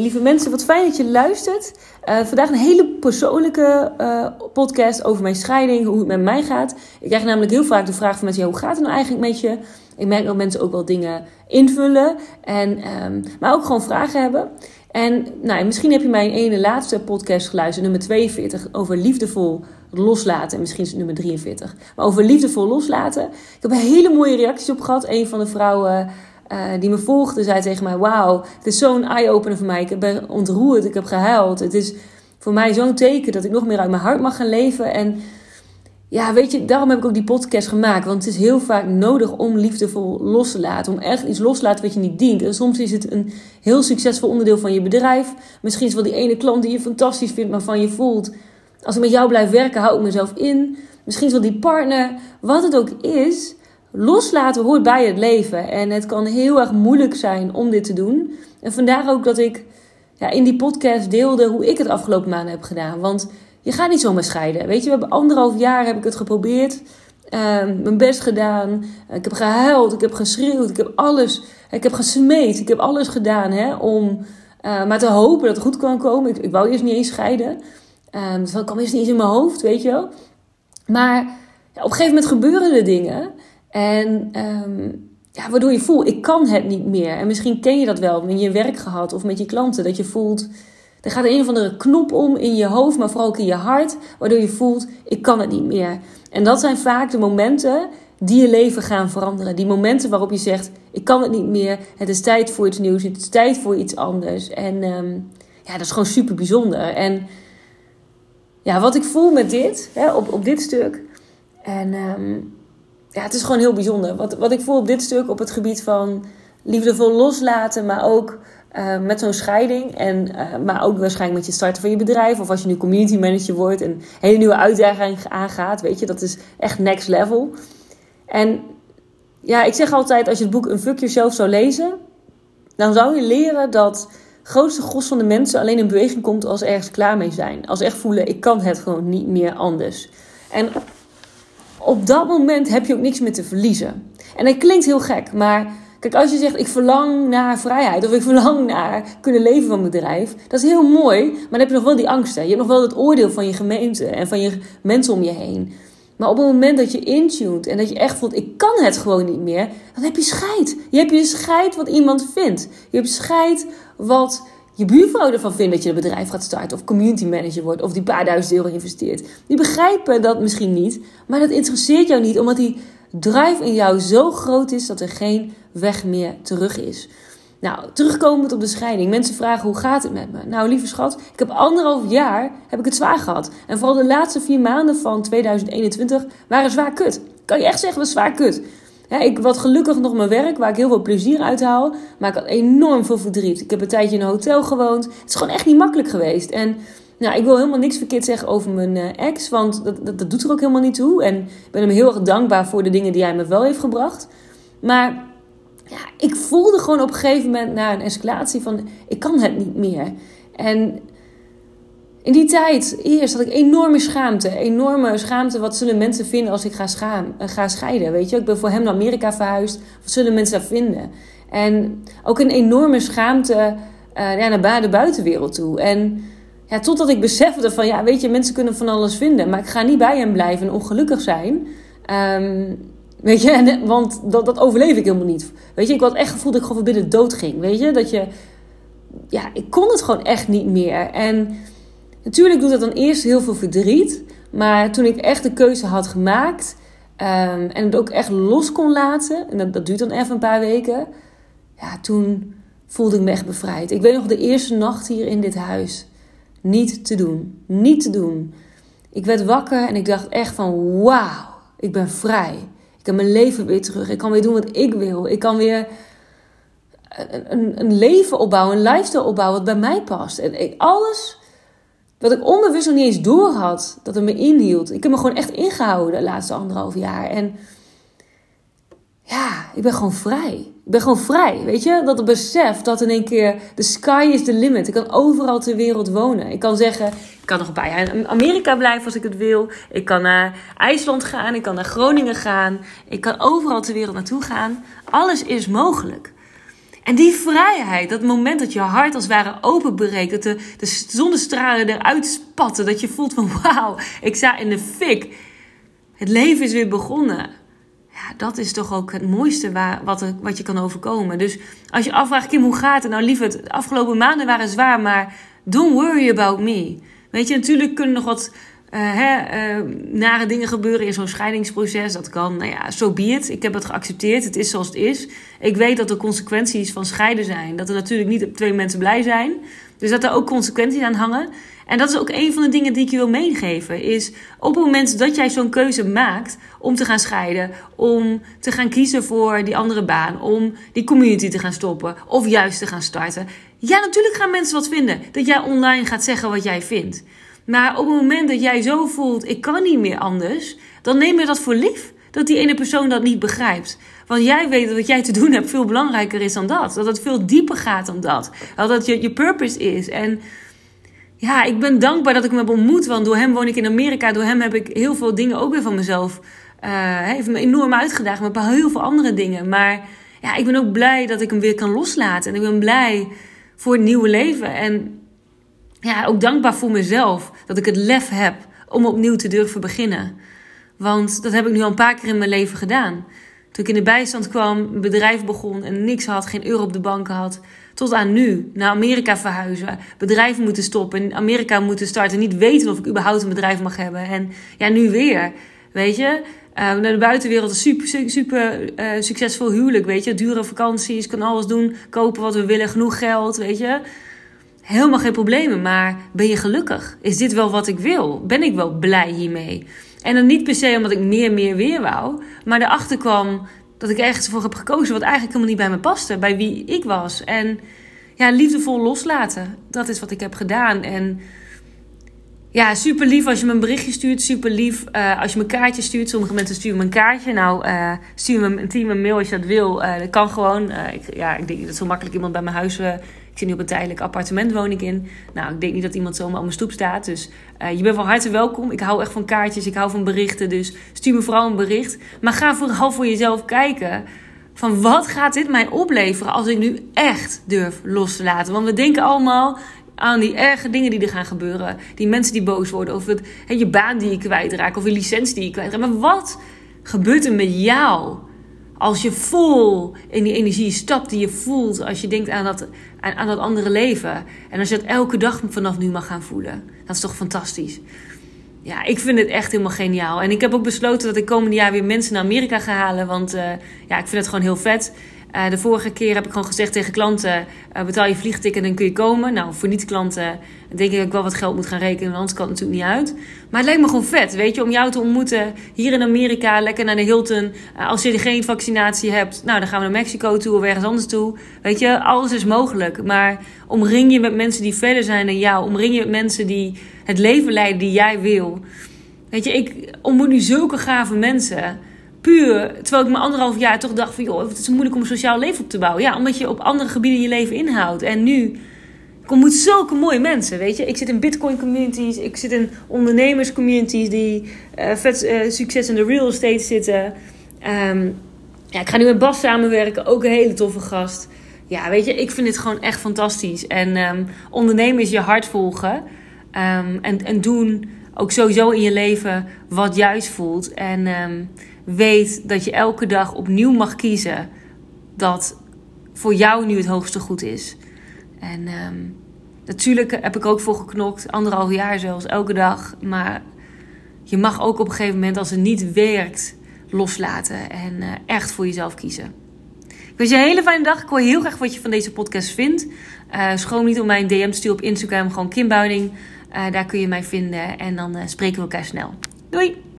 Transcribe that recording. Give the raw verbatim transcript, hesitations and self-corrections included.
lieve mensen, wat fijn dat je luistert. Uh, vandaag een hele persoonlijke uh, podcast over mijn scheiding, hoe het met mij gaat. Ik krijg namelijk heel vaak de vraag van mensen, ja, hoe gaat het nou eigenlijk met je? Ik merk dat mensen ook wel dingen invullen, en, um, maar ook gewoon vragen hebben. En nou, misschien heb je mijn ene laatste podcast geluisterd, nummer tweeënveertig, over liefdevol loslaten. En misschien is het nummer drieënveertig. Maar over liefdevol loslaten. Ik heb een hele mooie reacties op gehad. Een van de vrouwen uh, die me volgde zei tegen mij, wauw, het is zo'n eye-opener voor mij. Ik ben ontroerd, ik heb gehuild. Het is voor mij zo'n teken dat ik nog meer uit mijn hart mag gaan leven. En ja, weet je, daarom heb ik ook die podcast gemaakt. Want het is heel vaak nodig om liefdevol los te laten. Om echt iets los te laten wat je niet dient. En soms is het een heel succesvol onderdeel van je bedrijf. Misschien is het wel die ene klant die je fantastisch vindt, maar van je voelt, als ik met jou blijf werken, hou ik mezelf in. Misschien is het wel die partner. Wat het ook is, loslaten hoort bij het leven. En het kan heel erg moeilijk zijn om dit te doen. En vandaar ook dat ik ja, in die podcast deelde hoe ik het afgelopen maanden heb gedaan. Want je gaat niet zomaar scheiden. Weet je, we hebben anderhalf jaar heb ik het geprobeerd. Uh, mijn best gedaan. Ik heb gehuild. Ik heb geschreeuwd. Ik heb alles. Ik heb gesmeed. Ik heb alles gedaan hè, om uh, maar te hopen dat het goed kan komen. Ik, ik wou eerst niet eens scheiden. Um, dus dat kwam eerst niet eens in mijn hoofd, weet je wel. Maar ja, op een gegeven moment gebeuren er dingen. En um, ja, waardoor je voelt, ik kan het niet meer. En misschien ken je dat wel met je werk gehad of met je klanten. Dat je voelt, er gaat een of andere knop om in je hoofd, maar vooral ook in je hart. Waardoor je voelt, ik kan het niet meer. En dat zijn vaak de momenten die je leven gaan veranderen. Die momenten waarop je zegt, ik kan het niet meer. Het is tijd voor iets nieuws. Het is tijd voor iets anders. En um, ja, dat is gewoon super bijzonder. En ja, wat ik voel met dit, hè, op, op dit stuk. En um, ja, het is gewoon heel bijzonder. Wat, wat ik voel op dit stuk op het gebied van liefdevol loslaten, maar ook uh, met zo'n scheiding. En, uh, maar ook waarschijnlijk met je starten van je bedrijf. Of als je nu community manager wordt en een hele nieuwe uitdaging aangaat. Weet je, dat is echt next level. En ja, ik zeg altijd, als je het boek Unfuck Yourself zou lezen, dan zou je leren dat grootste gros van de mensen alleen in beweging komt als ze ergens klaar mee zijn. Als ze echt voelen, ik kan het gewoon niet meer anders. En op dat moment heb je ook niks meer te verliezen. En dat klinkt heel gek, maar kijk, als je zegt, ik verlang naar vrijheid, of ik verlang naar kunnen leven van mijn bedrijf, dat is heel mooi, maar dan heb je nog wel die angsten. Je hebt nog wel het oordeel van je gemeente en van je mensen om je heen. Maar op het moment dat je intuned en dat je echt voelt, ik kan het gewoon niet meer, dan heb je scheid. Je hebt je scheid wat iemand vindt. Je hebt scheid wat je buurvrouw ervan vindt dat je een bedrijf gaat starten, of community manager wordt, of die paar duizend euro investeert. Die begrijpen dat misschien niet, maar dat interesseert jou niet, omdat die drive in jou zo groot is dat er geen weg meer terug is. Nou, terugkomend op de scheiding. Mensen vragen, hoe gaat het met me? Nou, lieve schat, ik heb anderhalf jaar heb ik het zwaar gehad. En vooral de laatste vier maanden van tweeduizend eenentwintig waren zwaar kut. Kan je echt zeggen, dat is zwaar kut. Ja, ik had gelukkig nog mijn werk, waar ik heel veel plezier uit haal. Maar ik had enorm veel verdriet. Ik heb een tijdje in een hotel gewoond. Het is gewoon echt niet makkelijk geweest. En nou, ik wil helemaal niks verkeerd zeggen over mijn uh, ex, want dat, dat, dat doet er ook helemaal niet toe. En ik ben hem heel erg dankbaar voor de dingen die hij me wel heeft gebracht. Maar ja, ik voelde gewoon op een gegeven moment na een escalatie van, ik kan het niet meer. En in die tijd, eerst had ik enorme schaamte. Enorme schaamte, wat zullen mensen vinden als ik ga, schaam, ga scheiden, weet je. Ik ben voor hem naar Amerika verhuisd. Wat zullen mensen daar vinden? En ook een enorme schaamte uh, ja, naar de buitenwereld toe. En ja, totdat ik besefte van, ja, weet je, mensen kunnen van alles vinden. Maar ik ga niet bij hem blijven en ongelukkig zijn. Um, weet je, en, want dat, dat overleef ik helemaal niet. Weet je, ik had echt gevoeld dat ik gewoon binnen dood ging. Weet je, dat je, ja, ik kon het gewoon echt niet meer. En natuurlijk doet dat dan eerst heel veel verdriet. Maar toen ik echt de keuze had gemaakt um, en het ook echt los kon laten, en dat, dat duurt dan even een paar weken, ja, toen voelde ik me echt bevrijd. Ik weet nog de eerste nacht hier in dit huis. Niet te doen. Niet te doen. Ik werd wakker en ik dacht echt van, wauw, ik ben vrij. Ik heb mijn leven weer terug. Ik kan weer doen wat ik wil. Ik kan weer een, een, een leven opbouwen, een lifestyle opbouwen wat bij mij past. En ik, alles wat ik onbewust nog niet eens door had, dat het me inhield. Ik heb me gewoon echt ingehouden de laatste anderhalf jaar. En ja, ik ben gewoon vrij. Ik ben gewoon vrij, weet je? Dat het besef dat in één keer the sky is the limit. Ik kan overal ter wereld wonen. Ik kan zeggen, ik kan nog bij Amerika blijven als ik het wil. Ik kan naar IJsland gaan. Ik kan naar Groningen gaan. Ik kan overal ter wereld naartoe gaan. Alles is mogelijk. En die vrijheid, dat moment dat je hart als het ware openbreekt, dat de, de zonnestralen eruit spatten, dat je voelt van wauw, ik sta in de fik. Het leven is weer begonnen. Ja, dat is toch ook het mooiste waar, wat, er, wat je kan overkomen. Dus als je afvraagt, Kim, hoe gaat het? Nou lieverd, de afgelopen maanden waren zwaar, maar don't worry about me. Weet je, natuurlijk kunnen nog wat uh, hè, uh, nare dingen gebeuren in zo'n scheidingsproces. Dat kan, nou ja, so be it. Ik heb het geaccepteerd. Het is zoals het is. Ik weet dat er consequenties van scheiden zijn. Dat er natuurlijk niet twee mensen blij zijn. Dus dat er ook consequenties aan hangen. En dat is ook een van de dingen die ik je wil meegeven. Is op het moment dat jij zo'n keuze maakt om te gaan scheiden. Om te gaan kiezen voor die andere baan. Om die community te gaan stoppen. Of juist te gaan starten. Ja, natuurlijk gaan mensen wat vinden. Dat jij online gaat zeggen wat jij vindt. Maar op het moment dat jij zo voelt, ik kan niet meer anders. Dan neem je dat voor lief. Dat die ene persoon dat niet begrijpt. Want jij weet dat wat jij te doen hebt veel belangrijker is dan dat. Dat het veel dieper gaat dan dat. Dat het je, je purpose is. En ja, ik ben dankbaar dat ik hem heb ontmoet. Want door hem woon ik in Amerika. Door hem heb ik heel veel dingen ook weer van mezelf. Uh, hij heeft me enorm uitgedaagd. Maar bij heel veel andere dingen. Maar ja, ik ben ook blij dat ik hem weer kan loslaten. En ik ben blij voor het nieuwe leven. En ja, ook dankbaar voor mezelf. Dat ik het lef heb om opnieuw te durven beginnen. Want dat heb ik nu al een paar keer in mijn leven gedaan. Toen ik in de bijstand kwam, een bedrijf begon en niks had, geen euro op de banken had. Tot aan nu, naar Amerika verhuizen, bedrijven moeten stoppen, in Amerika moeten starten. Niet weten of ik überhaupt een bedrijf mag hebben. En ja, nu weer, weet je. Uh, naar de buitenwereld, een super, super uh, succesvol huwelijk, weet je. Dure vakanties, kan alles doen, kopen wat we willen, genoeg geld, weet je. Helemaal geen problemen, maar ben je gelukkig? Is dit wel wat ik wil? Ben ik wel blij hiermee? En dan niet per se omdat ik meer, meer weer wou. Maar erachter kwam dat ik ergens voor heb gekozen wat eigenlijk helemaal niet bij me paste. Bij wie ik was. En ja, liefdevol loslaten. Dat is wat ik heb gedaan. En ja, super lief als je me een berichtje stuurt. Super lief uh, als je me een kaartje stuurt. Sommige mensen sturen me een kaartje. Nou, uh, stuur me een team een mail als je dat wil. Uh, dat kan gewoon. Uh, ik, ja, ik denk niet dat zo makkelijk iemand bij mijn huis... Uh, Ik zit nu op een tijdelijk appartement, woon ik in. Nou, ik denk niet dat iemand zomaar op mijn stoep staat. Dus uh, je bent van harte welkom. Ik hou echt van kaartjes, ik hou van berichten. Dus stuur me vooral een bericht. Maar ga vooral voor jezelf kijken. Van wat gaat dit mij opleveren als ik nu echt durf los te laten? Want we denken allemaal aan die erge dingen die er gaan gebeuren. Die mensen die boos worden. Of het, he, je baan die je kwijtraakt. Of je licentie die je kwijtraakt. Maar wat gebeurt er met jou? Als je vol in die energie stapt die je voelt. Als je denkt aan dat, aan, aan dat andere leven. En als je dat elke dag vanaf nu mag gaan voelen. Dat is toch fantastisch. Ja, ik vind het echt helemaal geniaal. En ik heb ook besloten dat ik komende jaar weer mensen naar Amerika ga halen. Want uh, ja, ik vind het gewoon heel vet. Uh, de vorige keer heb ik gewoon gezegd tegen klanten. Uh, betaal je vliegticket en dan kun je komen. Nou, voor niet-klanten denk ik dat ik wel wat geld moet gaan rekenen. Want anders kan het natuurlijk niet uit. Maar het lijkt me gewoon vet, weet je. Om jou te ontmoeten hier in Amerika. Lekker naar de Hilton. Uh, als je geen vaccinatie hebt. Nou, dan gaan we naar Mexico toe of ergens anders toe. Weet je, alles is mogelijk. Maar omring je met mensen die verder zijn dan jou. Omring je met mensen die het leven leiden die jij wil. Weet je, ik ontmoet nu zulke gave mensen. Puur, terwijl ik me anderhalf jaar toch dacht van... joh, het is moeilijk om een sociaal leven op te bouwen. Ja, omdat je op andere gebieden je leven inhoudt. En nu, ik ontmoet zulke mooie mensen, weet je. Ik zit in Bitcoin communities. Ik zit in ondernemers communities die uh, vet uh, succes in de real estate zitten. Um, ja, ik ga nu met Bas samenwerken. Ook een hele toffe gast. Ja, weet je, ik vind dit gewoon echt fantastisch. En um, ondernemen is je hart volgen. Um, en, en doen ook sowieso in je leven wat juist voelt. En... Um, weet dat je elke dag opnieuw mag kiezen dat voor jou nu het hoogste goed is. En um, natuurlijk heb ik ook voor geknokt, anderhalf jaar zelfs, elke dag. Maar je mag ook op een gegeven moment, als het niet werkt, loslaten en uh, echt voor jezelf kiezen. Ik wens je een hele fijne dag. Ik hoor heel graag wat je van deze podcast vindt. Uh, schroom niet om mij een D M te sturen op Instagram, gewoon Kim Buining. Uh, daar kun je mij vinden en dan uh, spreken we elkaar snel. Doei!